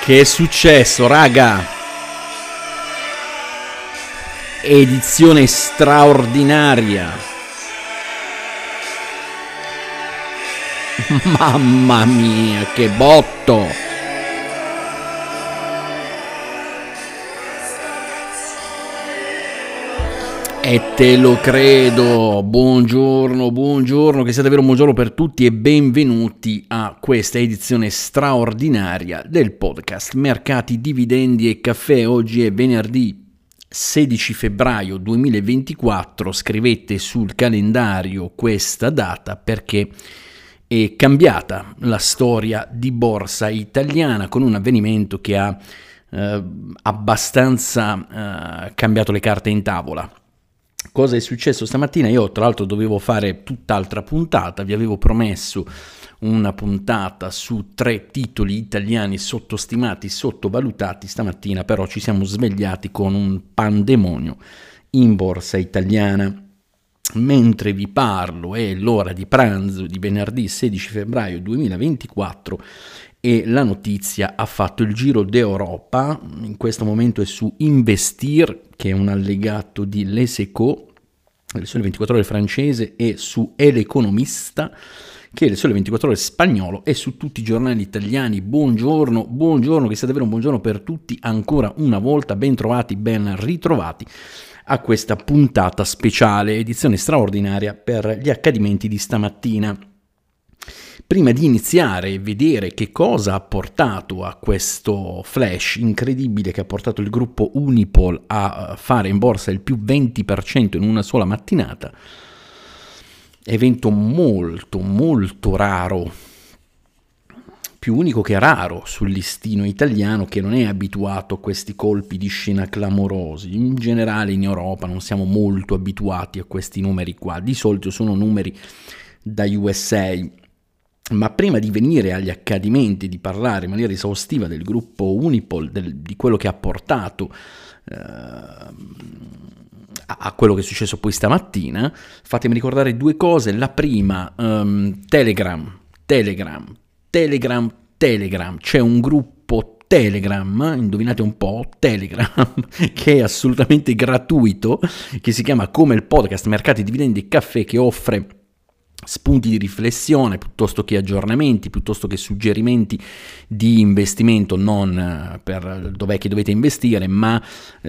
Che è successo, raga? Edizione straordinaria. Mamma mia, che botto! E te lo credo. Buongiorno, che sia davvero un buongiorno per tutti e benvenuti a questa edizione straordinaria del podcast Mercati, Dividendi e Caffè. Oggi è venerdì 16 febbraio 2024, scrivete sul calendario questa data perché è cambiata la storia di borsa italiana con un avvenimento che ha abbastanza cambiato le carte in tavola. Cosa è successo stamattina? Io tra l'altro dovevo fare tutt'altra puntata, vi avevo promesso una puntata su 3 titoli italiani sottostimati, sottovalutati. Stamattina però ci siamo svegliati con un pandemonio in borsa italiana. Mentre vi parlo è l'ora di pranzo di venerdì 16 febbraio 2024 e la notizia ha fatto il giro d'Europa. In questo momento è su Investir, che è un allegato di L'Eseco, il Sole 24 Ore francese, e su L'Economista, che è il Sole 24 Ore spagnolo, e su tutti i giornali italiani. Buongiorno, che sia davvero un buongiorno per tutti ancora una volta, ben trovati, ben ritrovati a questa puntata speciale, edizione straordinaria per gli accadimenti di stamattina. Prima di iniziare e vedere che cosa ha portato a questo flash incredibile che ha portato il gruppo Unipol a fare in borsa il più 20% in una sola mattinata, evento molto raro, più unico che raro sul listino italiano, che non è abituato a questi colpi di scena clamorosi. In generale in Europa non siamo molto abituati a questi numeri qua, di solito sono numeri da USA. Ma prima di venire agli accadimenti, di parlare in maniera esaustiva del gruppo Unipol, di quello che ha portato a quello che è successo poi stamattina, fatemi ricordare 2 cose. La prima, Telegram, c'è un gruppo Telegram, indovinate un po', Telegram, che è assolutamente gratuito, che si chiama come il podcast Mercati, Dividendi e Caffè, che offre spunti di riflessione piuttosto che aggiornamenti, piuttosto che suggerimenti di investimento, non per dov'è che dovete investire, ma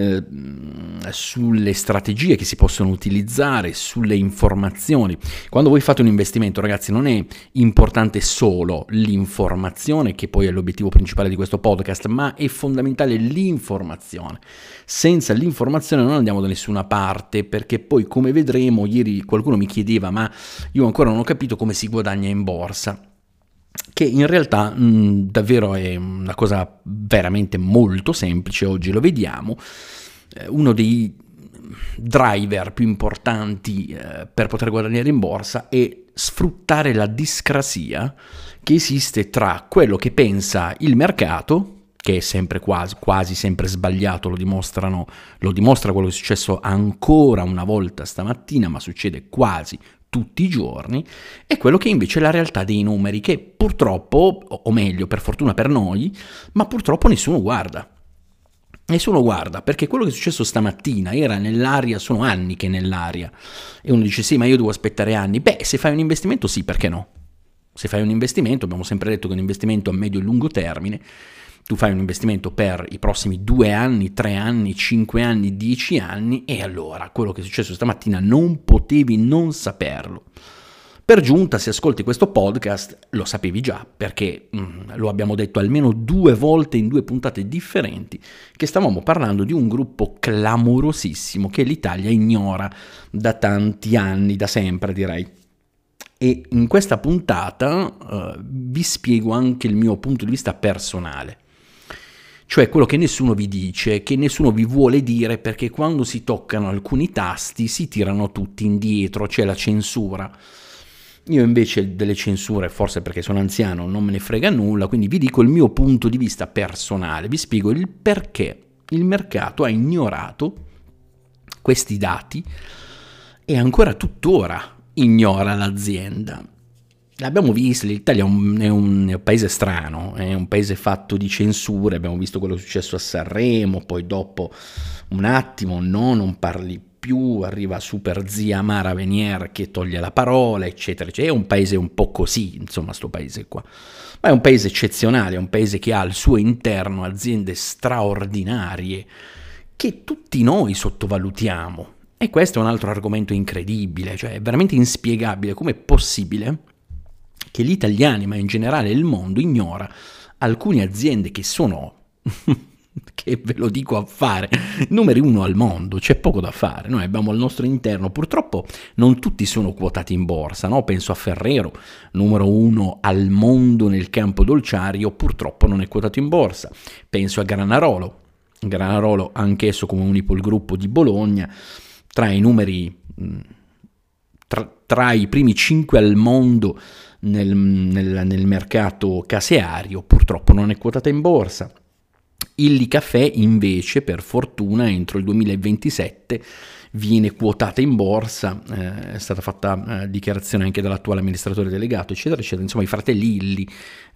sulle strategie che si possono utilizzare, sulle informazioni. Quando voi fate un investimento, ragazzi, non è importante solo l'informazione, che poi è l'obiettivo principale di questo podcast, ma è fondamentale l'informazione. Senza l'informazione non andiamo da nessuna parte, perché poi, come vedremo, ieri qualcuno mi chiedeva, ma io ancora non ho capito come si guadagna in borsa, che in realtà davvero è una cosa veramente molto semplice. Oggi lo vediamo. Uno dei driver più importanti per poter guadagnare in borsa è sfruttare la discrasia che esiste tra quello che pensa il mercato, che è sempre quasi sempre sbagliato, lo dimostra quello che è successo ancora una volta stamattina, ma succede quasi tutti i giorni, e quello che invece è la realtà dei numeri, che purtroppo, o meglio per fortuna per noi, ma purtroppo nessuno guarda, perché quello che è successo stamattina era nell'aria, sono anni che è nell'aria, e uno dice sì, ma io devo aspettare anni. Beh, se fai un investimento sì, perché no? Se fai un investimento, abbiamo sempre detto che un investimento a medio e lungo termine, tu fai un investimento per i prossimi 2 anni, 3 anni, 5 anni, 10 anni, e allora quello che è successo stamattina non potevi non saperlo. Per giunta, se ascolti questo podcast, lo sapevi già, perché lo abbiamo detto almeno 2 volte in 2 puntate differenti, che stavamo parlando di un gruppo clamorosissimo che l'Italia ignora da tanti anni, da sempre direi. E in questa puntata vi spiego anche il mio punto di vista personale. Cioè quello che nessuno vi dice, che nessuno vi vuole dire, perché quando si toccano alcuni tasti si tirano tutti indietro, c'è la censura. Io invece delle censure, forse perché sono anziano, non me ne frega nulla, quindi vi dico il mio punto di vista personale, vi spiego il perché il mercato ha ignorato questi dati e ancora tuttora ignora l'azienda. L'abbiamo visto, l'Italia è un paese strano, è un paese fatto di censure, abbiamo visto quello che è successo a Sanremo, poi dopo un attimo no, non parli più, arriva super zia Mara Venier che toglie la parola, eccetera, eccetera. È un paese un po' così, insomma, sto paese qua. Ma è un paese eccezionale, è un paese che ha al suo interno aziende straordinarie che tutti noi sottovalutiamo. E questo è un altro argomento incredibile, cioè è veramente inspiegabile com'è possibile che gli italiani, ma in generale il mondo, ignora alcune aziende che sono, che ve lo dico a fare, numeri uno al mondo, c'è poco da fare. Noi abbiamo al nostro interno, purtroppo non tutti sono quotati in borsa, no? Penso a Ferrero, numero uno al mondo nel campo dolciario, purtroppo non è quotato in borsa. Penso a Granarolo anch'esso come Unipol Gruppo di Bologna, tra i numeri, tra i primi 5 al mondo nel mercato caseario, purtroppo non è quotata in borsa. Illy Caffè invece, per fortuna, entro il 2027 viene quotata in borsa, è stata fatta dichiarazione anche dall'attuale amministratore delegato, eccetera, eccetera. Insomma, i fratelli Illy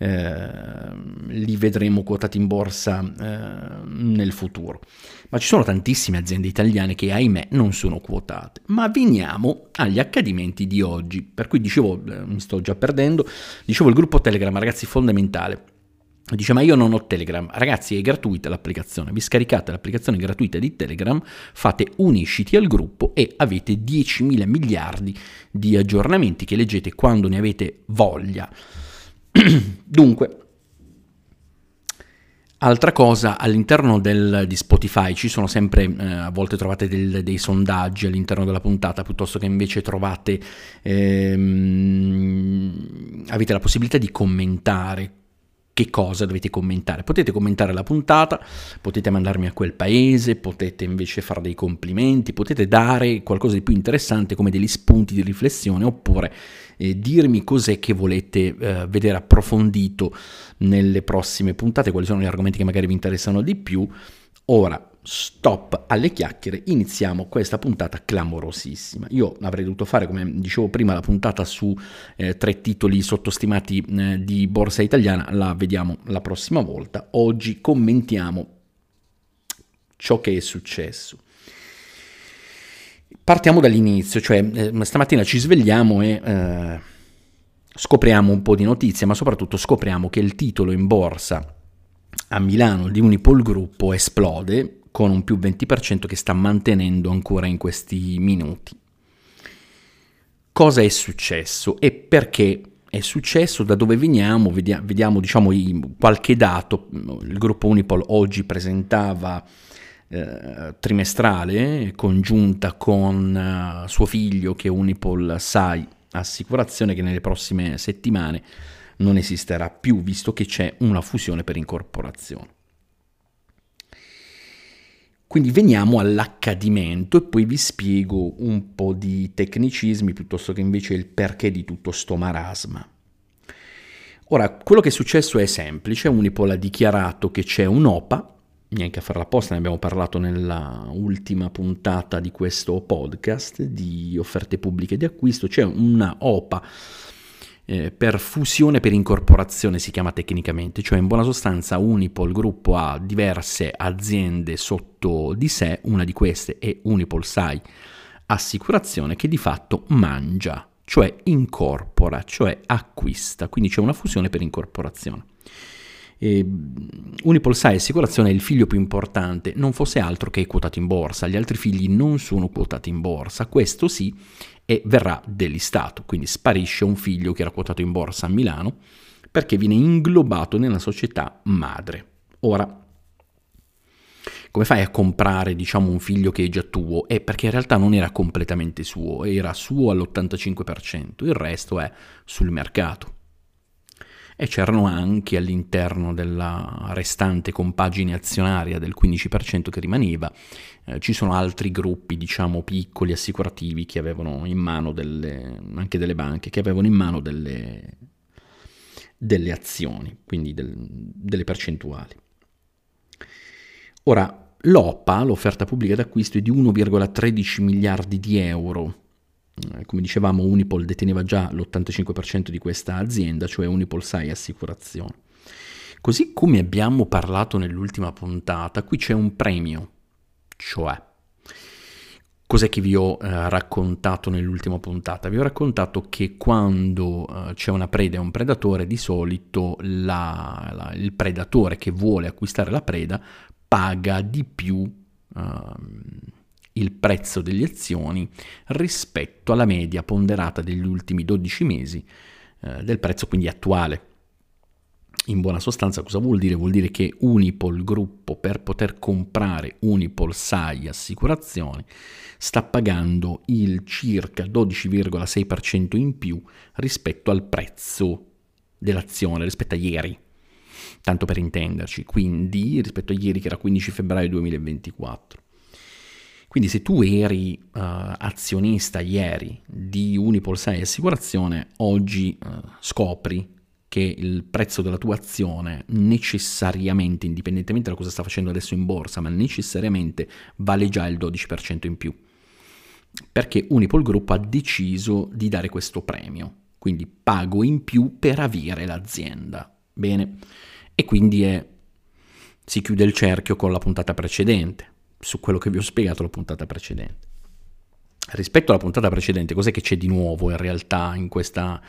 li vedremo quotati in borsa nel futuro. Ma ci sono tantissime aziende italiane che, ahimè, non sono quotate. Ma veniamo agli accadimenti di oggi. Per cui dicevo, mi sto già perdendo, dicevo il gruppo Telegram, ragazzi, fondamentale. Dice, ma io non ho Telegram. Ragazzi, è gratuita l'applicazione, vi scaricate l'applicazione gratuita di Telegram, fate unisciti al gruppo e avete 10.000 miliardi di aggiornamenti che leggete quando ne avete voglia. Dunque, altra cosa, all'interno di Spotify ci sono sempre, a volte trovate dei sondaggi all'interno della puntata, piuttosto che invece trovate, avete la possibilità di commentare. Che cosa dovete commentare? Potete commentare la puntata, potete mandarmi a quel paese, potete invece fare dei complimenti, potete dare qualcosa di più interessante come degli spunti di riflessione, oppure dirmi cos'è che volete vedere approfondito nelle prossime puntate, quali sono gli argomenti che magari vi interessano di più. Ora, stop alle chiacchiere, iniziamo questa puntata clamorosissima. Io avrei dovuto fare, come dicevo prima, la puntata su 3 titoli sottostimati di borsa italiana, la vediamo la prossima volta. Oggi commentiamo ciò che è successo. Partiamo dall'inizio, cioè stamattina ci svegliamo e scopriamo un po' di notizie, ma soprattutto scopriamo che il titolo in borsa a Milano di Unipol Gruppo esplode con un più 20% che sta mantenendo ancora in questi minuti. Cosa è successo e perché è successo? Da dove veniamo? Vediamo diciamo qualche dato. Il gruppo Unipol oggi presentava trimestrale congiunta con suo figlio che è Unipol SAI Assicurazione, che nelle prossime settimane non esisterà più, visto che c'è una fusione per incorporazione. Quindi veniamo all'accadimento e poi vi spiego un po' di tecnicismi piuttosto che invece il perché di tutto sto marasma. Ora, quello che è successo è semplice. Unipol ha dichiarato che c'è un'OPA, neanche a farla apposta, ne abbiamo parlato nella ultima puntata di questo podcast di offerte pubbliche di acquisto. C'è una OPA per fusione per incorporazione, si chiama tecnicamente, cioè in buona sostanza Unipol Gruppo ha diverse aziende sotto di sé, una di queste è Unipol SAI Assicurazione, che di fatto mangia, cioè incorpora, cioè acquista, quindi c'è una fusione per incorporazione. Unipol SAI Assicurazione è il figlio più importante, non fosse altro che è quotato in borsa, gli altri figli non sono quotati in borsa, questo sì, e verrà delistato, quindi sparisce un figlio che era quotato in borsa a Milano perché viene inglobato nella società madre. Ora, come fai a comprare, diciamo, un figlio che è già tuo? Perché in realtà non era completamente suo, era suo all'85%, il resto è sul mercato. E c'erano anche all'interno della restante compagine azionaria del 15% che rimaneva, ci sono altri gruppi, diciamo, piccoli, assicurativi, che avevano in mano anche delle banche, che avevano in mano delle azioni, quindi delle percentuali. Ora, l'OPA, l'offerta pubblica d'acquisto, è di 1,13 miliardi di euro, come dicevamo, Unipol deteneva già l'85% di questa azienda, cioè Unipol Sai Assicurazione. Così come abbiamo parlato nell'ultima puntata, qui c'è un premio, cioè cos'è che vi ho raccontato nell'ultima puntata? Vi ho raccontato che quando c'è una preda e un predatore, di solito il predatore che vuole acquistare la preda paga di più il prezzo delle azioni rispetto alla media ponderata degli ultimi 12 mesi del prezzo quindi attuale. In buona sostanza cosa vuol dire? Vuol dire che Unipol Gruppo, per poter comprare Unipol Sai Assicurazioni, sta pagando il circa 12,6% in più rispetto al prezzo dell'azione, rispetto a ieri, tanto per intenderci, quindi rispetto a ieri che era 15 febbraio 2024. Quindi se tu eri azionista ieri di Unipol Sai Assicurazione, oggi scopri che il prezzo della tua azione necessariamente, indipendentemente da cosa sta facendo adesso in borsa, ma necessariamente vale già il 12% in più, perché Unipol Group ha deciso di dare questo premio, quindi pago in più per avere l'azienda. Bene, e quindi si chiude il cerchio con la puntata precedente, su quello che vi ho spiegato la puntata precedente. Rispetto alla puntata precedente, cos'è che c'è di nuovo in realtà in questa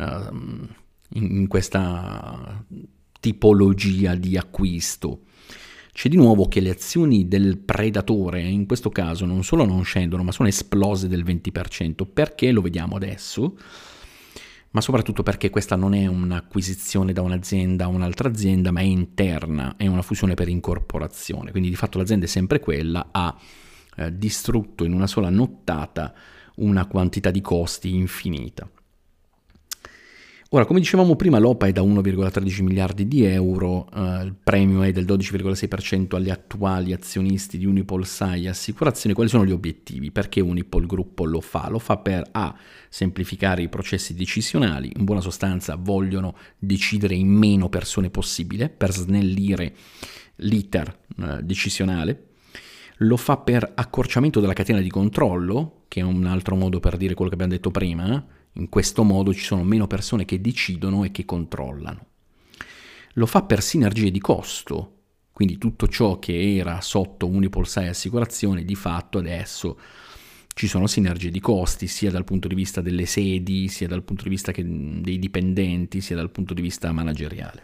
tipologia di acquisto? C'è di nuovo che le azioni del predatore in questo caso non solo non scendono, ma sono esplose del 20%. Perché? Lo vediamo adesso, ma soprattutto perché questa non è un'acquisizione da un'azienda a un'altra azienda, ma è interna, è una fusione per incorporazione, quindi di fatto l'azienda è sempre quella, ha distrutto in una sola nottata una quantità di costi infinita. Ora, come dicevamo prima, l'OPA è da 1,13 miliardi di euro, il premio è del 12,6% agli attuali azionisti di Unipol Sai Assicurazioni. Quali sono gli obiettivi? Perché Unipol Gruppo lo fa? Lo fa per semplificare i processi decisionali, in buona sostanza vogliono decidere in meno persone possibile, per snellire l'iter decisionale. Lo fa per accorciamento della catena di controllo, che è un altro modo per dire quello che abbiamo detto prima. In questo modo ci sono meno persone che decidono e che controllano. Lo fa per sinergie di costo, quindi tutto ciò che era sotto Unipol Sai Assicurazione, di fatto adesso ci sono sinergie di costi, sia dal punto di vista delle sedi, sia dal punto di vista dei dipendenti, sia dal punto di vista manageriale.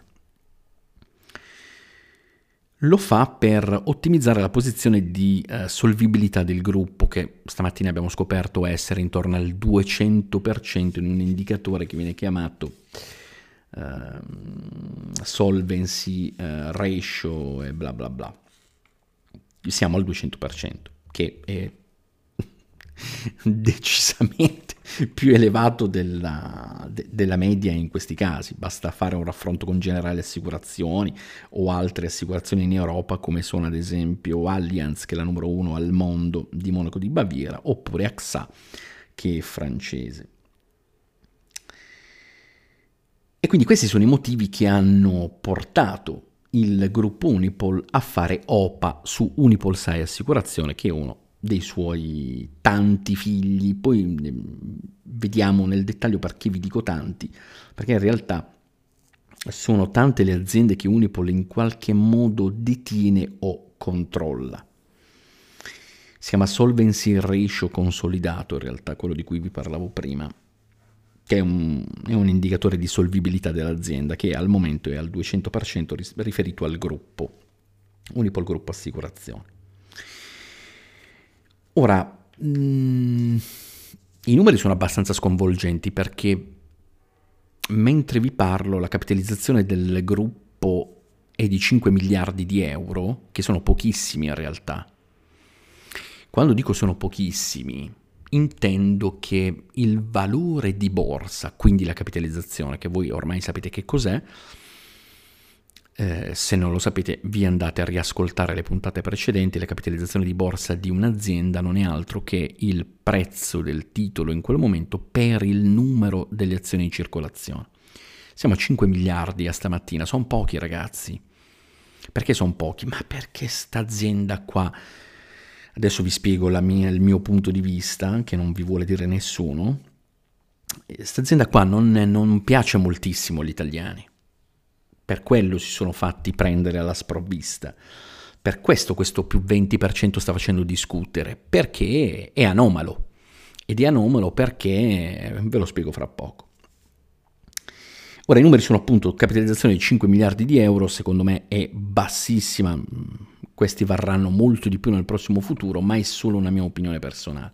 Lo fa per ottimizzare la posizione di solvibilità del gruppo, che stamattina abbiamo scoperto essere intorno al 200% in un indicatore che viene chiamato solvency ratio e bla bla bla. Siamo al 200%, che è decisamente più elevato della media in questi casi. Basta fare un raffronto con Generali Assicurazioni o altre assicurazioni in Europa, come sono ad esempio Allianz, che è la numero 1 al mondo, di Monaco di Baviera, oppure AXA, che è francese. E quindi questi sono i motivi che hanno portato il gruppo Unipol a fare OPA su Unipol Sai Assicurazione, che è uno dei suoi tanti figli. Poi vediamo nel dettaglio perché vi dico tanti, perché in realtà sono tante le aziende che Unipol in qualche modo detiene o controlla. Si chiama solvency ratio consolidato, in realtà quello di cui vi parlavo prima, che è un indicatore di solvibilità dell'azienda, che al momento è al 200% riferito al gruppo Unipol Gruppo Assicurazione. Ora, i numeri sono abbastanza sconvolgenti, perché mentre vi parlo la capitalizzazione del gruppo è di 5 miliardi di euro, che sono pochissimi in realtà. Quando dico sono pochissimi, intendo che il valore di borsa, quindi la capitalizzazione, che voi ormai sapete che cos'è, se non lo sapete vi andate a riascoltare le puntate precedenti. La capitalizzazione di borsa di un'azienda non è altro che il prezzo del titolo in quel momento per il numero delle azioni in circolazione. Siamo a 5 miliardi a stamattina, sono pochi ragazzi. Perché sono pochi? Ma perché sta azienda qua Adesso vi spiego il mio punto di vista, che non vi vuole dire nessuno. Questa azienda qua non piace moltissimo agli italiani. Per quello si sono fatti prendere alla sprovvista. Per questo più 20% sta facendo discutere, perché è anomalo. Ed è anomalo perché, ve lo spiego fra poco. Ora i numeri sono appunto capitalizzazione di 5 miliardi di euro, secondo me è bassissima, questi varranno molto di più nel prossimo futuro, ma è solo una mia opinione personale.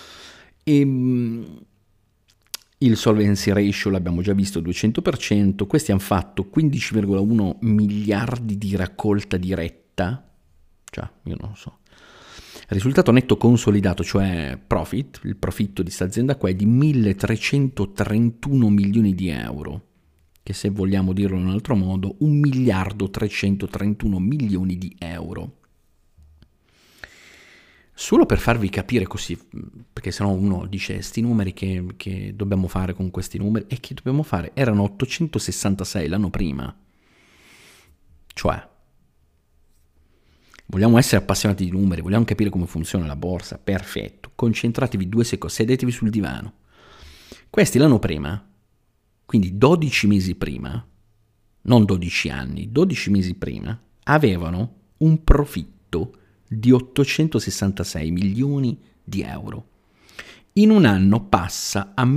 Il solvency ratio l'abbiamo già visto, 200%, questi hanno fatto 15,1 miliardi di raccolta diretta, cioè io non lo so. Il risultato netto consolidato, cioè profit, il profitto di questa azienda qua è di 1.331 milioni di euro, che se vogliamo dirlo in un altro modo, 1.331 milioni di euro. Solo per farvi capire così, perché sennò uno dice, sti numeri che dobbiamo fare con questi numeri, e che dobbiamo fare? Erano 866 l'anno prima. Cioè, vogliamo essere appassionati di numeri, vogliamo capire come funziona la borsa, perfetto, concentratevi 2 secondi, sedetevi sul divano. Questi l'anno prima, quindi 12 mesi prima, non 12 anni, 12 mesi prima, avevano un profitto di 866 milioni di euro. In un anno passa a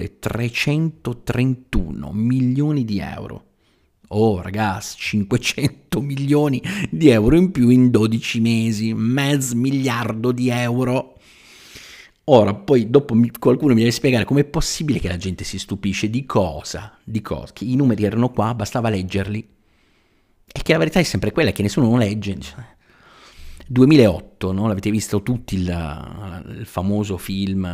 1.331 milioni di euro. Oh ragazzi, 500 milioni di euro in più in 12 mesi, mezzo miliardo di euro. Ora, poi dopo qualcuno mi deve spiegare com'è possibile che la gente si stupisce di cosa, che i numeri erano qua, bastava leggerli, e che la verità è sempre quella, che nessuno non legge. 2008, no? L'avete visto tutti il famoso film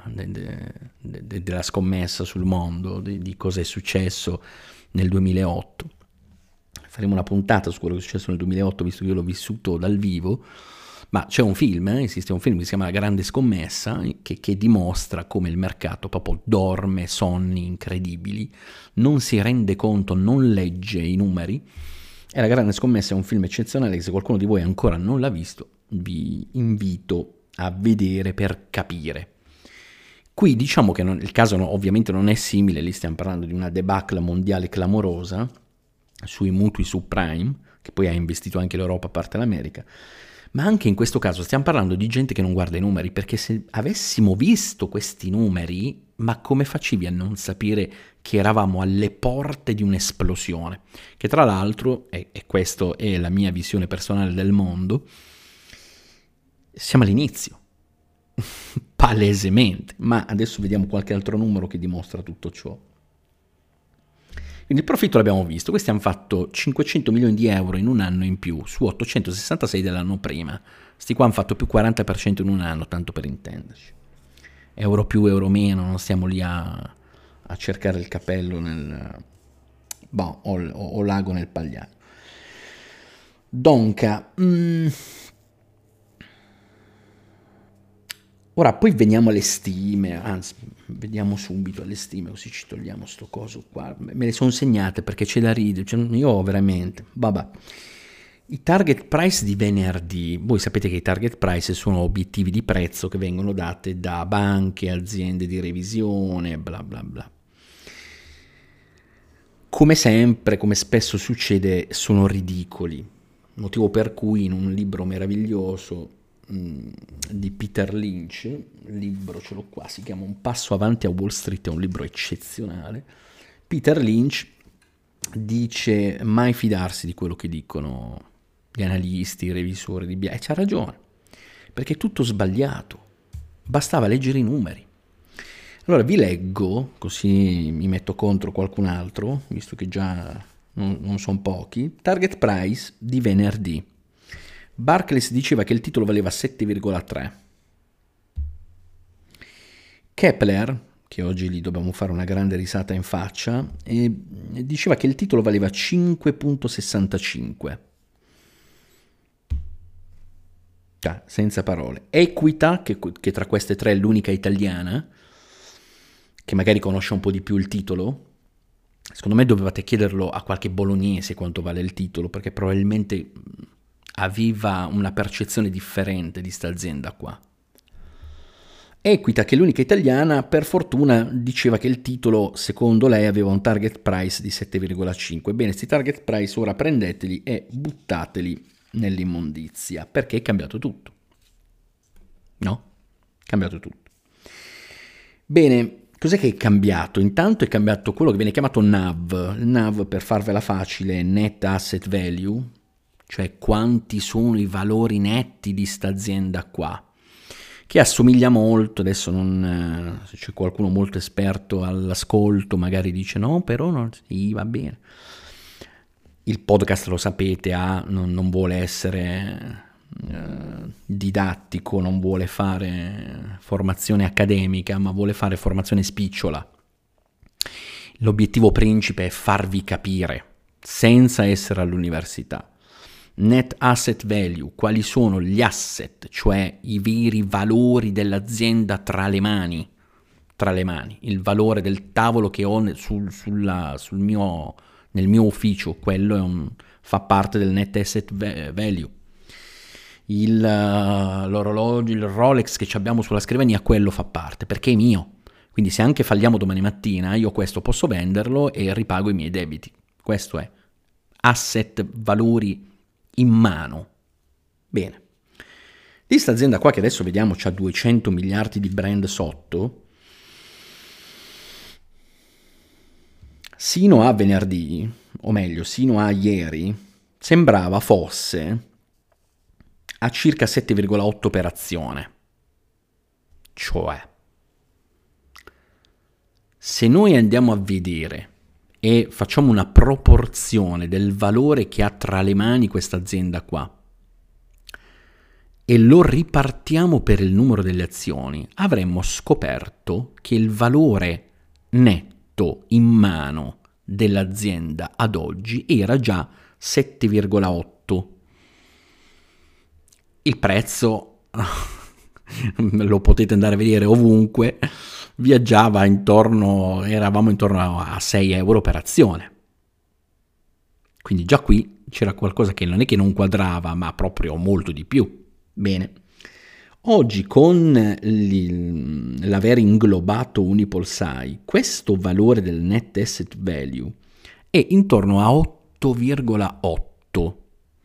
della scommessa sul mondo, di cosa è successo nel 2008. Faremo una puntata su quello che è successo nel 2008, visto che io l'ho vissuto dal vivo, ma c'è un film, esiste un film che si chiama La Grande Scommessa, che dimostra come il mercato proprio dorme sonni incredibili, non si rende conto, non legge i numeri. E La Grande Scommessa è un film eccezionale che, se qualcuno di voi ancora non l'ha visto, vi invito a vedere per capire. Qui diciamo che il caso ovviamente non è simile, lì stiamo parlando di una debacle mondiale clamorosa sui mutui subprime, che poi ha investito anche l'Europa a parte l'America, ma anche in questo caso stiamo parlando di gente che non guarda i numeri, perché se avessimo visto questi numeri, ma come facevi a non sapere che eravamo alle porte di un'esplosione? Che tra l'altro, e questa è la mia visione personale del mondo, siamo all'inizio, palesemente, ma adesso vediamo qualche altro numero che dimostra tutto ciò. Quindi il profitto l'abbiamo visto, questi hanno fatto 500 milioni di euro in un anno in più su 866 dell'anno prima, sti qua hanno fatto più 40% in un anno, tanto per intenderci. Euro più, euro meno, non stiamo lì a cercare il capello o l'ago nel pagliaio. Donca, ora poi veniamo alle stime, anzi vediamo subito alle stime, così ci togliamo sto coso qua, me le sono segnate perché c'è da ridere, io veramente, vabbè. I target price di venerdì, voi sapete che i target price sono obiettivi di prezzo che vengono date da banche, aziende di revisione, bla bla bla. Come sempre, come spesso succede, sono ridicoli, motivo per cui in un libro meraviglioso di Peter Lynch, il libro ce l'ho qua, si chiama Un passo avanti a Wall Street, è un libro eccezionale. Peter Lynch dice mai fidarsi di quello che dicono gli analisti, i revisori di bilancio, e c'ha ragione, perché è tutto sbagliato, bastava leggere i numeri. Allora vi leggo, così mi metto contro qualcun altro, visto che già non sono pochi. Target price di venerdì. Barclays diceva che il titolo valeva 7,3. Kepler, che oggi gli dobbiamo fare una grande risata in faccia, diceva che il titolo valeva 5,65. Cioè, senza parole. Equita, che tra queste tre è l'unica italiana, che magari conosce un po' di più il titolo, secondo me dovevate chiederlo a qualche bolognese quanto vale il titolo, perché probabilmente aveva una percezione differente di sta azienda qua. Equita, che è l'unica italiana, per fortuna diceva che il titolo, secondo lei, aveva un target price di 7,5. Ebbene, questi target price ora prendeteli e buttateli nell'immondizia, perché è cambiato tutto. No? È cambiato tutto. Bene, cos'è che è cambiato? Intanto è cambiato quello che viene chiamato NAV. Il NAV, per farvela facile, Net Asset Value, cioè quanti sono i valori netti di sta azienda qua, che assomiglia molto, adesso se c'è qualcuno molto esperto all'ascolto magari dice no, però non, sì, va bene. Il podcast, lo sapete, non vuole essere didattico, non vuole fare formazione accademica, ma vuole fare formazione spicciola. L'obiettivo principe è farvi capire, senza essere all'università. Net Asset Value, quali sono gli asset, cioè i veri valori dell'azienda tra le mani, il valore del tavolo che ho nel mio ufficio, quello fa parte del Net Asset Value. L'orologio, il Rolex che abbiamo sulla scrivania, quello fa parte, perché è mio. Quindi se anche falliamo domani mattina, io questo posso venderlo e ripago i miei debiti. Questo è asset, valori in mano. Bene. Di questa azienda qua, che adesso vediamo c'ha 200 miliardi di brand sotto, sino a venerdì, o meglio, sino a ieri, sembrava fosse a circa 7,8 per azione. Cioè, se noi andiamo a vedere e facciamo una proporzione del valore che ha tra le mani questa azienda qua e lo ripartiamo per il numero delle azioni, avremmo scoperto che il valore netto in mano dell'azienda ad oggi era già 7,8. Il prezzo, lo potete andare a vedere ovunque, viaggiava eravamo intorno a 6 euro per azione. Quindi già qui c'era qualcosa che non è che non quadrava, ma proprio molto di più. Bene, oggi con l'aver inglobato Unipolsai, questo valore del Net Asset Value è intorno a 8,8.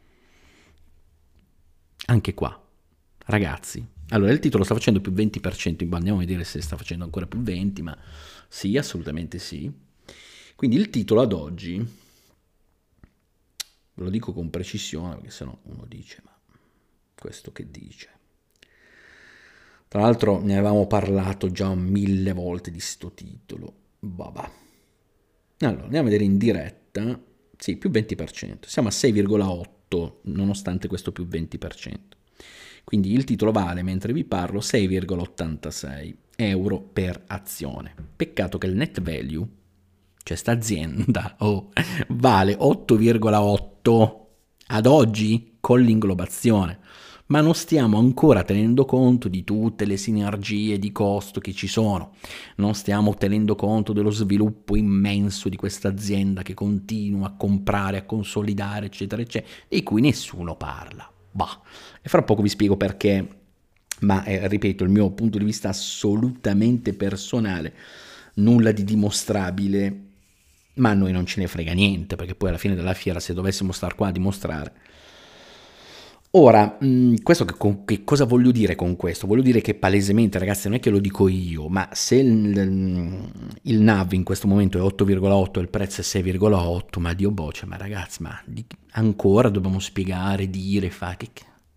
Anche qua, ragazzi, allora il titolo sta facendo più 20%, andiamo a vedere se sta facendo ancora più 20, ma sì, assolutamente sì. Quindi il titolo ad oggi, ve lo dico con precisione perché sennò uno dice, ma questo che dice? Tra l'altro ne avevamo parlato già 1000 volte di sto titolo, vabbè. Allora, andiamo a vedere in diretta, sì, più 20%, siamo a 6,8 nonostante questo più 20%. Quindi il titolo vale, mentre vi parlo, 6,86 euro per azione. Peccato che il net value, cioè sta azienda, vale 8,8 ad oggi con l'inglobazione. Ma non stiamo ancora tenendo conto di tutte le sinergie di costo che ci sono, non stiamo tenendo conto dello sviluppo immenso di questa azienda che continua a comprare, a consolidare, eccetera, eccetera, di cui nessuno parla. Bah, e fra poco vi spiego perché, ma ripeto, il mio punto di vista assolutamente personale, nulla di dimostrabile, ma a noi non ce ne frega niente, perché poi alla fine della fiera, se dovessimo star qua a dimostrare. Ora, questo che cosa voglio dire con questo? Voglio dire che palesemente, ragazzi, non è che lo dico io, ma se il NAV in questo momento è 8,8 e il prezzo è 6,8, ma Dio boce, ma ragazzi, ma ancora dobbiamo spiegare, dire, fare...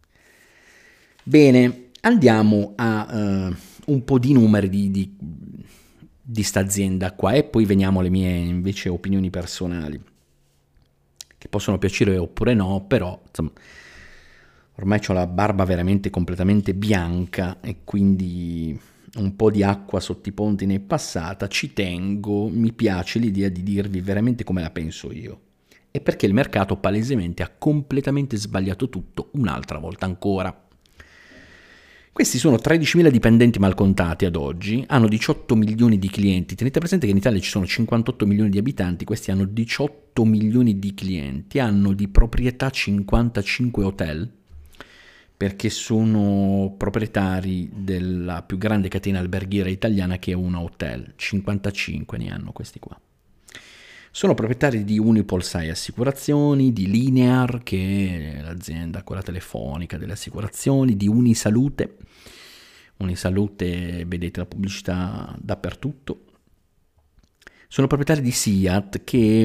Bene, andiamo a un po' di numeri di sta azienda qua e poi veniamo alle mie invece opinioni personali, che possono piacere oppure no, però insomma... Ormai ho la barba veramente completamente bianca e quindi un po' di acqua sotto i ponti ne è passata, ci tengo, mi piace l'idea di dirvi veramente come la penso io. E perché il mercato palesemente ha completamente sbagliato tutto un'altra volta ancora. Questi sono 13.000 dipendenti malcontati ad oggi, hanno 18 milioni di clienti. Tenete presente che in Italia ci sono 58 milioni di abitanti, questi hanno 18 milioni di clienti, hanno di proprietà 55 hotel, perché sono proprietari della più grande catena alberghiera italiana che è Una Hotel, 55 ne hanno questi qua. Sono proprietari di Unipol Sai Assicurazioni, di Linear, che è l'azienda quella telefonica delle assicurazioni, di Unisalute. Unisalute, vedete la pubblicità dappertutto. Sono proprietari di SIAT, che è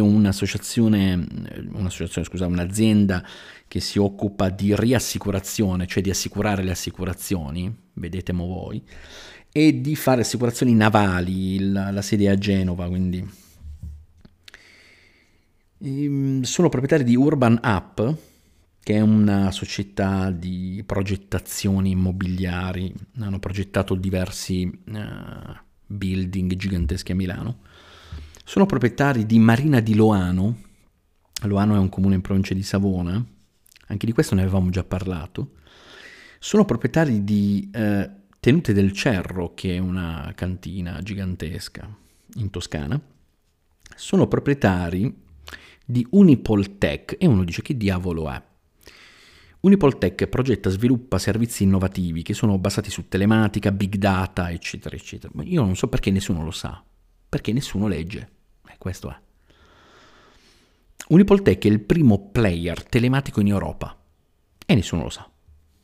un'azienda che si occupa di riassicurazione, cioè di assicurare le assicurazioni, vedete mo voi, e di fare assicurazioni navali, la sede è a Genova, quindi. Sono proprietari di Urban App, che è una società di progettazioni immobiliari, hanno progettato diversi building giganteschi a Milano. Sono proprietari di Marina di Loano. Loano è un comune in provincia di Savona, anche di questo ne avevamo già parlato. Sono proprietari di Tenute del Cerro, che è una cantina gigantesca in Toscana. Sono proprietari di Unipol Tech, e uno dice: che diavolo è? Unipol Tech progetta e sviluppa servizi innovativi che sono basati su telematica, big data, eccetera, eccetera. Ma io non so perché nessuno lo sa, perché nessuno legge. Questo è. Unipol Tech è il primo player telematico in Europa e nessuno lo sa.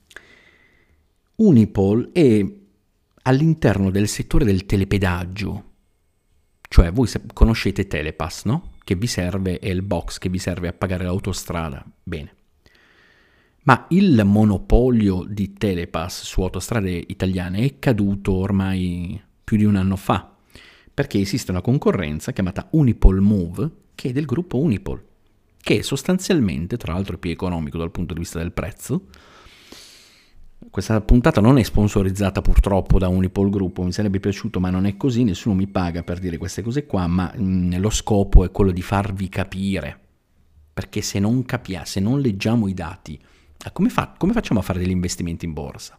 Unipol è all'interno del settore del telepedaggio, cioè voi conoscete Telepass, no? Che vi serve, è il box che vi serve a pagare l'autostrada. Bene. Ma il monopolio di Telepass su autostrade italiane è caduto ormai più di un anno fa, perché esiste una concorrenza chiamata Unipol Move, che è del gruppo Unipol, che è sostanzialmente, tra l'altro, più economico dal punto di vista del prezzo. Questa puntata non è sponsorizzata purtroppo da Unipol Gruppo, mi sarebbe piaciuto, ma non è così, nessuno mi paga per dire queste cose qua, ma lo scopo è quello di farvi capire, perché se non leggiamo i dati, come facciamo a fare degli investimenti in borsa?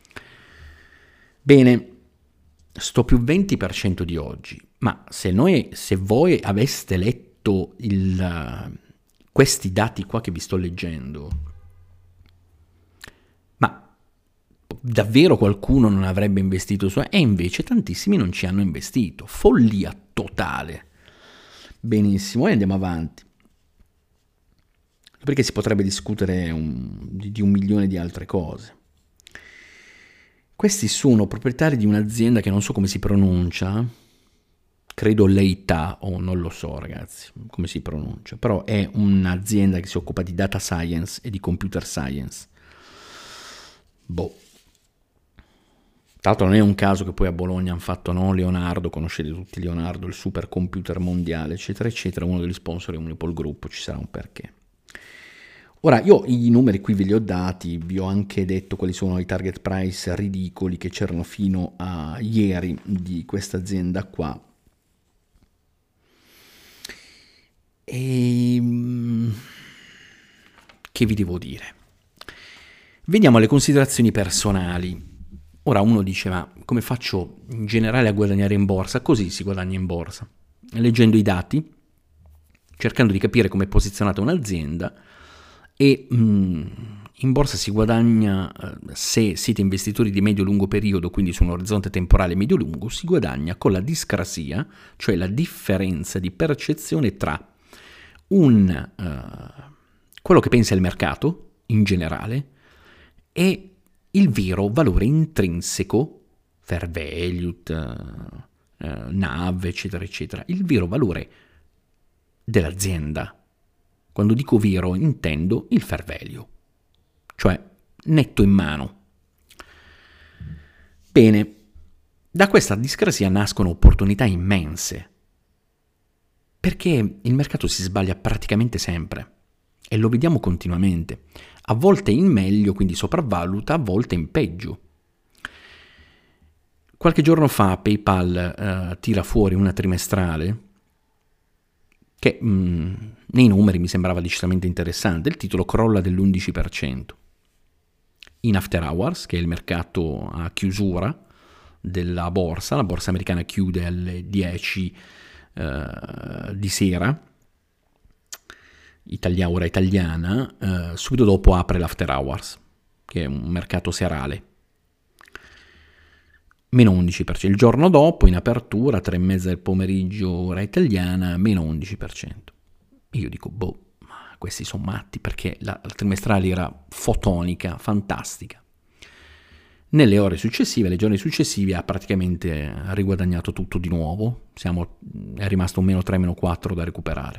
Bene, sto più 20% di oggi, ma se voi aveste letto questi dati qua che vi sto leggendo, ma davvero qualcuno non avrebbe investito su, e invece tantissimi non ci hanno investito. Follia totale. Benissimo, e andiamo avanti, perché si potrebbe discutere di 1 milione di altre cose. Questi sono proprietari di un'azienda che non so come si pronuncia, credo Leita, o non lo so ragazzi come si pronuncia, però è un'azienda che si occupa di data science e di computer science. Tra l'altro non è un caso che poi a Bologna hanno fatto, no, Leonardo, conoscete tutti Leonardo, il supercomputer mondiale, eccetera, eccetera, uno degli sponsor è Unipol Gruppo, ci sarà un perché. Ora, io i numeri qui ve li ho dati, vi ho anche detto quali sono i target price ridicoli che c'erano fino a ieri di questa azienda qua. E che vi devo dire? Vediamo le considerazioni personali. Ora uno dice: ma come faccio in generale a guadagnare in borsa? Così si guadagna in borsa, leggendo i dati, cercando di capire come è posizionata un'azienda, e in borsa si guadagna, se siete investitori di medio-lungo periodo, quindi su un orizzonte temporale medio-lungo, si guadagna con la discrasia, cioè la differenza di percezione tra quello che pensa il mercato in generale e il vero valore intrinseco, fair value, NAV, eccetera, eccetera, il vero valore dell'azienda. Quando dico vero intendo il fair value, cioè netto in mano. Bene, da questa discrasia nascono opportunità immense, perché il mercato si sbaglia praticamente sempre e lo vediamo continuamente, a volte in meglio, quindi sopravvaluta, a volte in peggio. Qualche giorno fa PayPal tira fuori una trimestrale che nei numeri mi sembrava decisamente interessante. Il titolo crolla dell'11%. in after hours, che è il mercato a chiusura della borsa. La borsa americana chiude alle 10 di sera, ora italiana, subito dopo apre l'after hours, che è un mercato serale. Meno 11%. Il giorno dopo, in apertura, 3:30 del pomeriggio, ora italiana, meno 11%. E io dico, ma questi sono matti, perché la trimestrale era fotonica, fantastica. Nelle ore successive, nei giorni successivi, ha praticamente riguadagnato tutto di nuovo. È rimasto un meno 3, meno 4 da recuperare.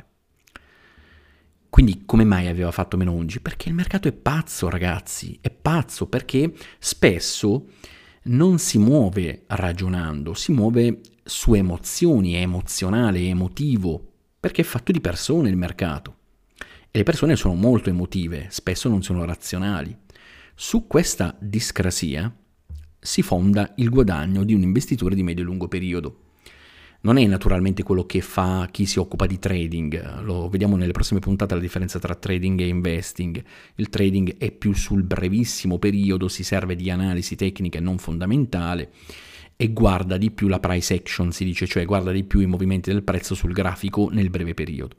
Quindi come mai aveva fatto meno 11? Perché il mercato è pazzo, ragazzi, è pazzo, perché spesso non si muove ragionando, si muove su emozioni, è emozionale, è emotivo, perché è fatto di persone il mercato. E le persone sono molto emotive, spesso non sono razionali. Su questa discrasia si fonda il guadagno di un investitore di medio e lungo periodo. Non è naturalmente quello che fa chi si occupa di trading, lo vediamo nelle prossime puntate la differenza tra trading e investing. Il trading è più sul brevissimo periodo, si serve di analisi tecnica e non fondamentale e guarda di più la price action, si dice, cioè guarda di più i movimenti del prezzo sul grafico nel breve periodo.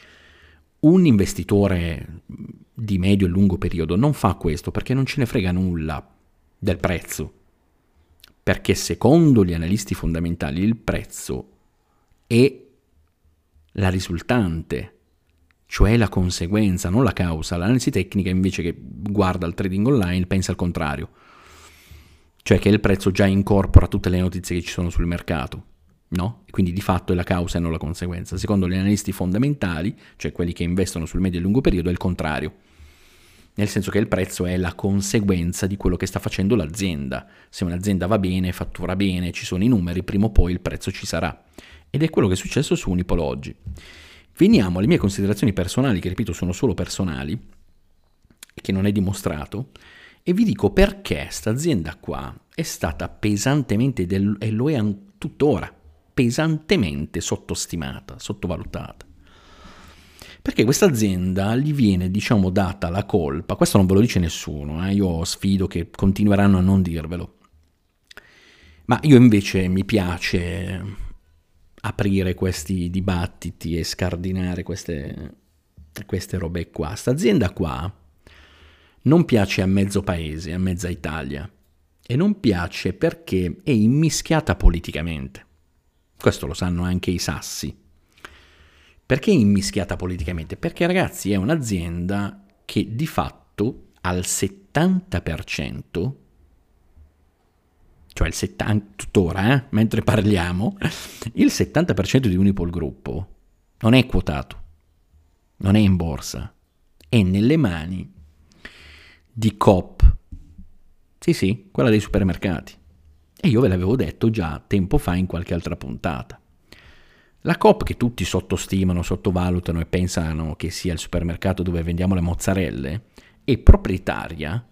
Un investitore di medio e lungo periodo non fa questo perché non ce ne frega nulla del prezzo, perché secondo gli analisti fondamentali il prezzo è la risultante, cioè la conseguenza, non la causa. L'analisi tecnica invece che guarda il trading online pensa al contrario, cioè che il prezzo già incorpora tutte le notizie che ci sono sul mercato, no? E quindi di fatto è la causa e non la conseguenza. Secondo gli analisti fondamentali, cioè quelli che investono sul medio e lungo periodo, è il contrario, nel senso che il prezzo è la conseguenza di quello che sta facendo l'azienda. Se un'azienda va bene, fattura bene, ci sono i numeri, prima o poi il prezzo ci sarà. Ed è quello che è successo su Unipol oggi. Veniamo alle mie considerazioni personali, che ripeto sono solo personali, e che non è dimostrato, e vi dico perché sta azienda qua è stata pesantemente, e lo è tuttora, pesantemente sottostimata, sottovalutata. Perché questa azienda gli viene, diciamo, data la colpa, questo non ve lo dice nessuno, io sfido che continueranno a non dirvelo, ma io invece mi piace aprire questi dibattiti e scardinare queste robe qua. Sta azienda qua non piace a mezzo paese, a mezza Italia, e non piace perché è immischiata politicamente. Questo lo sanno anche i sassi. Perché è immischiata politicamente? Perché, ragazzi, è un'azienda che di fatto al 70%, cioè il 70%, tuttora, mentre parliamo, il 70% di Unipol Gruppo non è quotato, non è in borsa, è nelle mani di Coop, sì, quella dei supermercati. E io ve l'avevo detto già tempo fa in qualche altra puntata. La Coop, che tutti sottostimano, sottovalutano e pensano che sia il supermercato dove vendiamo le mozzarelle, è proprietaria,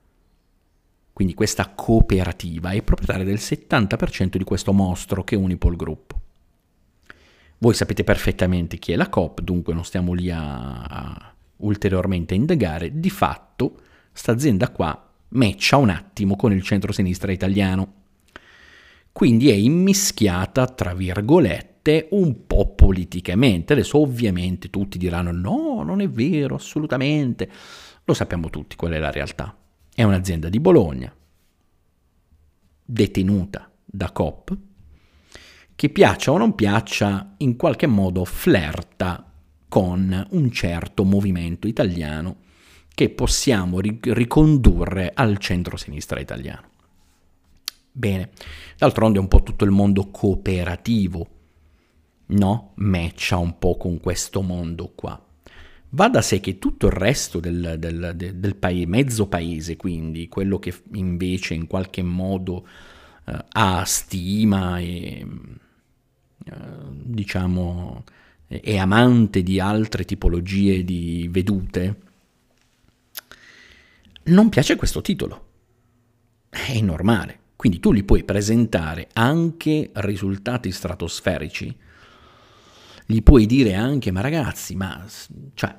quindi questa cooperativa è proprietaria del 70% di questo mostro che è Unipol Gruppo. Voi sapete perfettamente chi è la Coop, dunque non stiamo lì a ulteriormente indagare. Di fatto, sta azienda qua matcha un attimo con il centro-sinistra italiano. Quindi è immischiata, tra virgolette, un po' politicamente. Adesso ovviamente tutti diranno no, non è vero, assolutamente. Lo sappiamo tutti qual è la realtà. È un'azienda di Bologna, detenuta da Coop, che piaccia o non piaccia, in qualche modo flirta con un certo movimento italiano che possiamo ricondurre al centro-sinistra italiano. Bene, d'altronde è un po' tutto il mondo cooperativo, no? Matcha un po' con questo mondo qua. Va da sé che tutto il resto del mezzo paese, quindi quello che invece in qualche modo ha stima e diciamo è amante di altre tipologie di vedute, non piace questo titolo. È normale. Quindi tu li puoi presentare anche risultati stratosferici, gli puoi dire anche, ma ragazzi, cioè,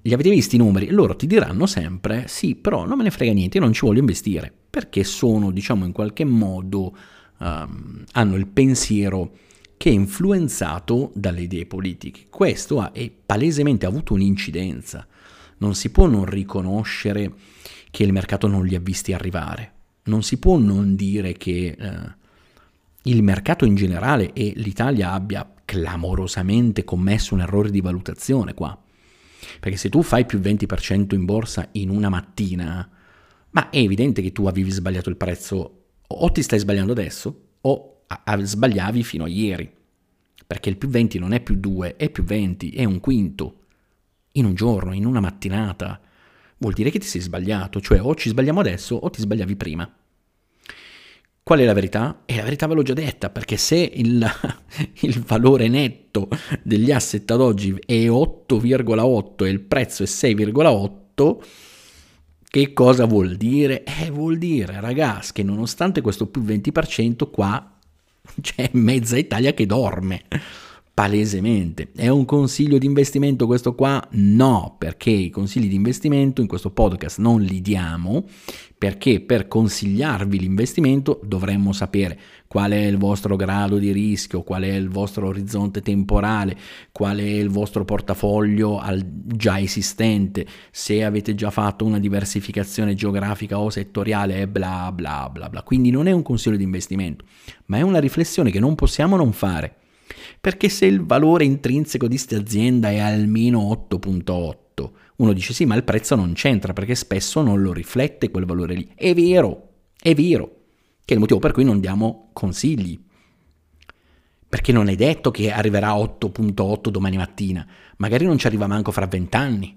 Li avete visti i numeri? Loro ti diranno sempre, sì, però non me ne frega niente, io non ci voglio investire, perché sono, diciamo, in qualche modo, hanno il pensiero che è influenzato dalle idee politiche. Questo è palesemente avuto un'incidenza. Non si può non riconoscere che il mercato non li ha visti arrivare. Non si può non dire che il mercato in generale e l'Italia abbia clamorosamente commesso un errore di valutazione qua. Perché se tu fai più 20% in borsa in una mattina, ma è evidente che tu avevi sbagliato il prezzo, o ti stai sbagliando adesso, o sbagliavi fino a ieri. Perché il più 20 non è più 2, è più 20, è un quinto. In un giorno, in una mattinata. Vuol dire che ti sei sbagliato, cioè o ci sbagliamo adesso o ti sbagliavi prima. Qual è la verità? E la verità ve l'ho già detta, perché se il valore netto degli asset ad oggi è 8,8 e il prezzo è 6,8, che cosa vuol dire? Vuol dire, ragazzi, che nonostante questo più 20% qua c'è mezza Italia che dorme. Palesemente. È un consiglio di investimento questo qua? No, perché i consigli di investimento in questo podcast non li diamo, perché per consigliarvi l'investimento dovremmo sapere qual è il vostro grado di rischio, qual è il vostro orizzonte temporale, qual è il vostro portafoglio già esistente, se avete già fatto una diversificazione geografica o settoriale e bla bla bla bla. Quindi non è un consiglio di investimento, ma è una riflessione che non possiamo non fare. Perché se il valore intrinseco di questa azienda è almeno 8,8, uno dice sì, ma il prezzo non c'entra perché spesso non lo riflette quel valore lì. È vero, che è il motivo per cui non diamo consigli. Perché non è detto che arriverà a 8,8 domani mattina, magari non ci arriva manco fra 20 anni.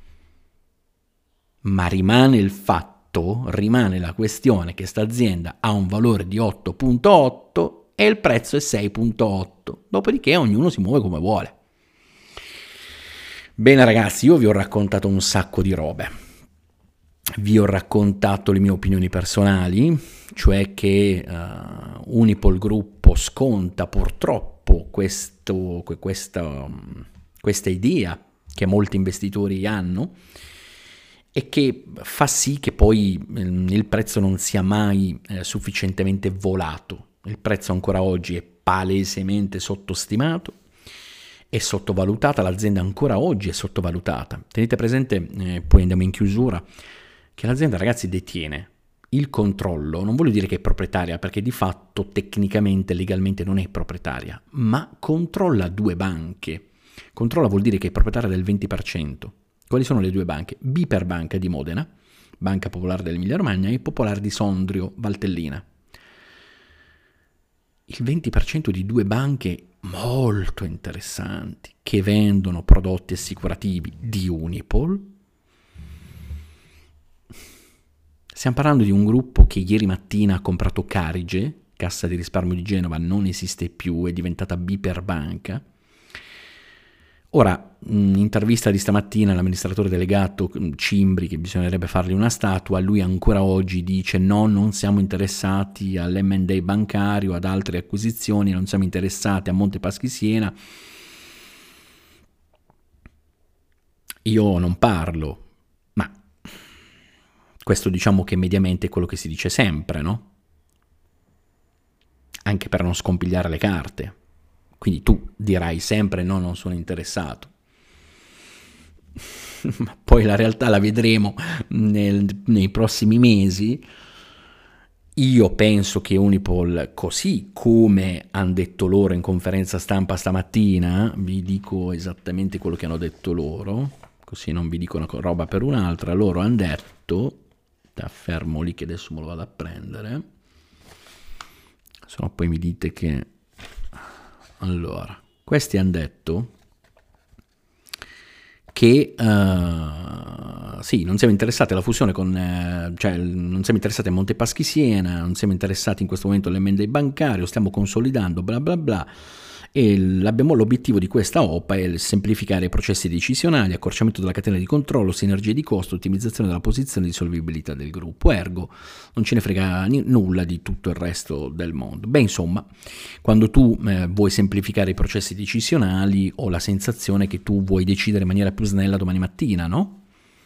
Ma rimane il fatto, rimane la questione che sta azienda ha un valore di 8,8 e il prezzo è 6,8. Dopodiché ognuno si muove come vuole. Bene ragazzi, io vi ho raccontato un sacco di robe. Vi ho raccontato le mie opinioni personali, cioè che Unipol Gruppo sconta purtroppo questa idea che molti investitori hanno e che fa sì che poi il prezzo non sia mai sufficientemente volato. Il prezzo ancora oggi è palesemente sottostimato, è sottovalutata, l'azienda ancora oggi è sottovalutata. Tenete presente, poi andiamo in chiusura, che l'azienda, ragazzi, detiene il controllo, non voglio dire che è proprietaria, perché di fatto tecnicamente, legalmente non è proprietaria, ma controlla 2 banche. Controlla vuol dire che è proprietaria del 20%. Quali sono le 2 banche? BPER Banca di Modena, Banca Popolare dell'Emilia Romagna, e Popolare di Sondrio, Valtellina. Il 20% di 2 banche molto interessanti che vendono prodotti assicurativi di Unipol. Stiamo parlando di un gruppo che ieri mattina ha comprato Carige, Cassa di Risparmio di Genova, non esiste più, è diventata BPER Banca. Ora, in intervista di stamattina l'amministratore delegato Cimbri, che bisognerebbe fargli una statua, lui ancora oggi dice no, non siamo interessati all'M&A bancario, ad altre acquisizioni, non siamo interessati a Monte Paschi Siena. Io non parlo, ma questo diciamo che mediamente è quello che si dice sempre, no? Anche per non scompigliare le carte. Quindi tu dirai sempre no, non sono interessato. Ma poi la realtà la vedremo nei prossimi mesi. Io penso che Unipol, così come hanno detto loro in conferenza stampa stamattina, vi dico esattamente quello che hanno detto loro, così non vi dico una roba per un'altra. Loro hanno detto, fermo lì che adesso me lo vado a prendere, se no poi mi dite che... Allora, questi hanno detto che sì, non siamo interessati alla fusione con, cioè non siamo interessati a Monte Paschi Siena, non siamo interessati in questo momento all'M&A bancario, stiamo consolidando, bla bla bla, e l'obiettivo di questa OPA è semplificare i processi decisionali, accorciamento della catena di controllo, sinergie di costo, ottimizzazione della posizione di solvibilità del gruppo, ergo non ce ne frega nulla di tutto il resto del mondo. Beh, insomma, quando tu vuoi semplificare i processi decisionali ho la sensazione che tu vuoi decidere in maniera più snella domani mattina, no?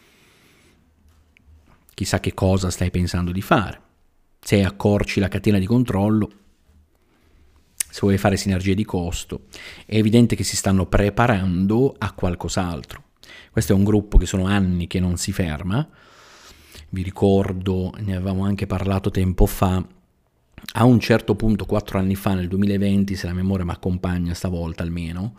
Chissà che cosa stai pensando di fare. Se accorci la catena di controllo, se vuoi fare sinergie di costo, è evidente che si stanno preparando a qualcos'altro. Questo è un gruppo che sono anni che non si ferma, vi ricordo, ne avevamo anche parlato tempo fa, a un certo punto, 4 anni fa, nel 2020, se la memoria mi accompagna stavolta almeno,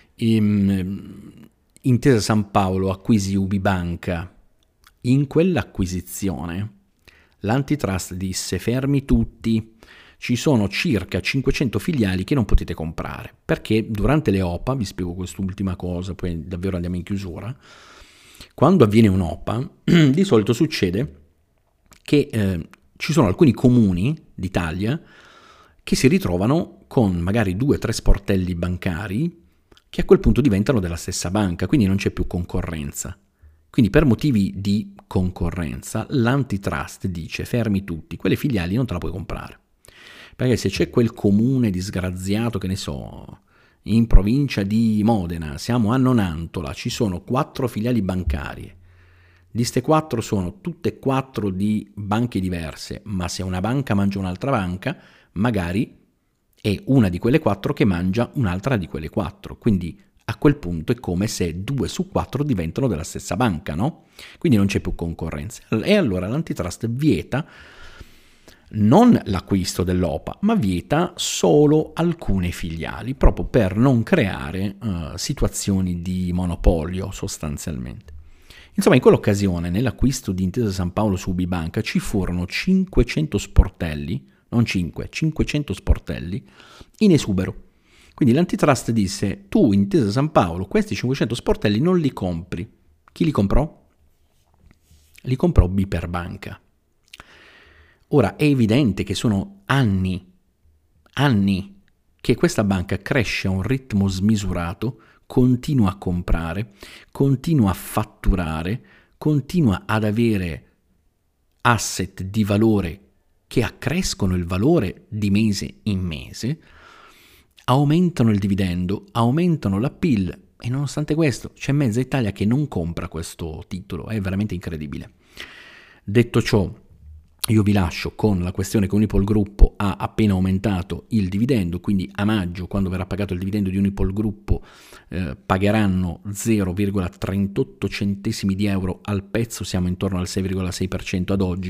Intesa Sanpaolo acquisì UbiBanca. In quell'acquisizione l'antitrust disse: fermi tutti, ci sono circa 500 filiali che non potete comprare, perché durante le OPA, vi spiego quest'ultima cosa, poi davvero andiamo in chiusura, quando avviene un'OPA di solito succede che ci sono alcuni comuni d'Italia che si ritrovano con magari 2 o 3 sportelli bancari che a quel punto diventano della stessa banca, quindi non c'è più concorrenza. Quindi per motivi di concorrenza l'antitrust dice: fermi tutti, quelle filiali non te la puoi comprare. Perché se c'è quel comune disgraziato, che ne so, in provincia di Modena, siamo a Nonantola, ci sono 4 filiali bancarie, di ste 4 sono tutte e 4 di banche diverse, ma se una banca mangia un'altra banca, magari è una di quelle 4 che mangia un'altra di quelle 4, quindi a quel punto è come se 2 su 4 diventano della stessa banca, no? Quindi non c'è più concorrenza. E allora l'antitrust vieta non l'acquisto dell'OPA, ma vieta solo alcune filiali, proprio per non creare situazioni di monopolio sostanzialmente. Insomma, in quell'occasione, nell'acquisto di Intesa Sanpaolo su UbiBanca, ci furono 500 sportelli, non 500 sportelli in esubero. Quindi l'antitrust disse: tu, Intesa Sanpaolo, questi 500 sportelli non li compri. Chi li comprò? Li comprò BPER Banca. Ora è evidente che sono anni che questa banca cresce a un ritmo smisurato, continua a comprare, continua a fatturare, continua ad avere asset di valore che accrescono il valore di mese in mese, aumentano il dividendo, aumentano la PIL e nonostante questo c'è mezza Italia che non compra questo titolo, è veramente incredibile. Detto ciò, io vi lascio con la questione che Unipol Gruppo ha appena aumentato il dividendo, quindi a maggio, quando verrà pagato il dividendo di Unipol Gruppo, pagheranno 0,38 centesimi di euro al pezzo, siamo intorno al 6,6% ad oggi.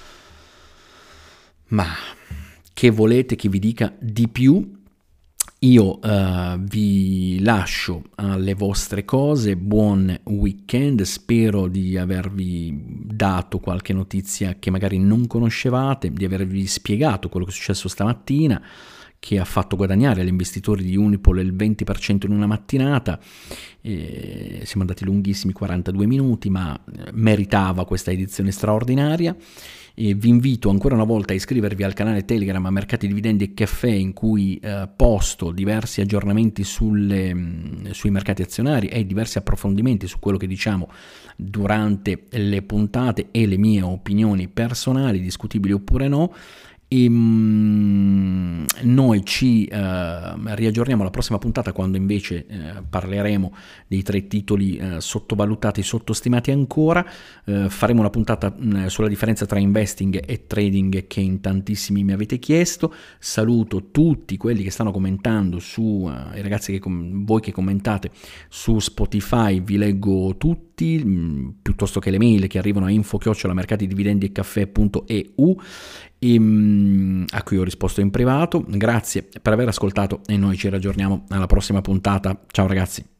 Ma che volete che vi dica di più? Io vi lascio alle vostre cose, buon weekend, spero di avervi dato qualche notizia che magari non conoscevate, di avervi spiegato quello che è successo stamattina, che ha fatto guadagnare agli investitori di Unipol il 20% in una mattinata. Siamo andati lunghissimi, 42 minuti, ma meritava questa edizione straordinaria. E vi invito ancora una volta a iscrivervi al canale Telegram a Mercati Dividendi e Caffè, in cui posto diversi aggiornamenti sui mercati azionari e diversi approfondimenti su quello che diciamo durante le puntate e le mie opinioni personali, discutibili oppure no. E noi ci riaggiorniamo alla prossima puntata, quando invece parleremo dei 3 titoli sottovalutati, sottostimati ancora. Faremo una puntata sulla differenza tra investing e trading, che in tantissimi mi avete chiesto. Saluto tutti quelli che stanno commentando i ragazzi voi che commentate su Spotify, vi leggo tutti, piuttosto che le mail che arrivano a info@mercatidividendicaffè.eu a cui ho risposto in privato. Grazie per aver ascoltato e noi ci raggiorniamo alla prossima puntata. Ciao ragazzi.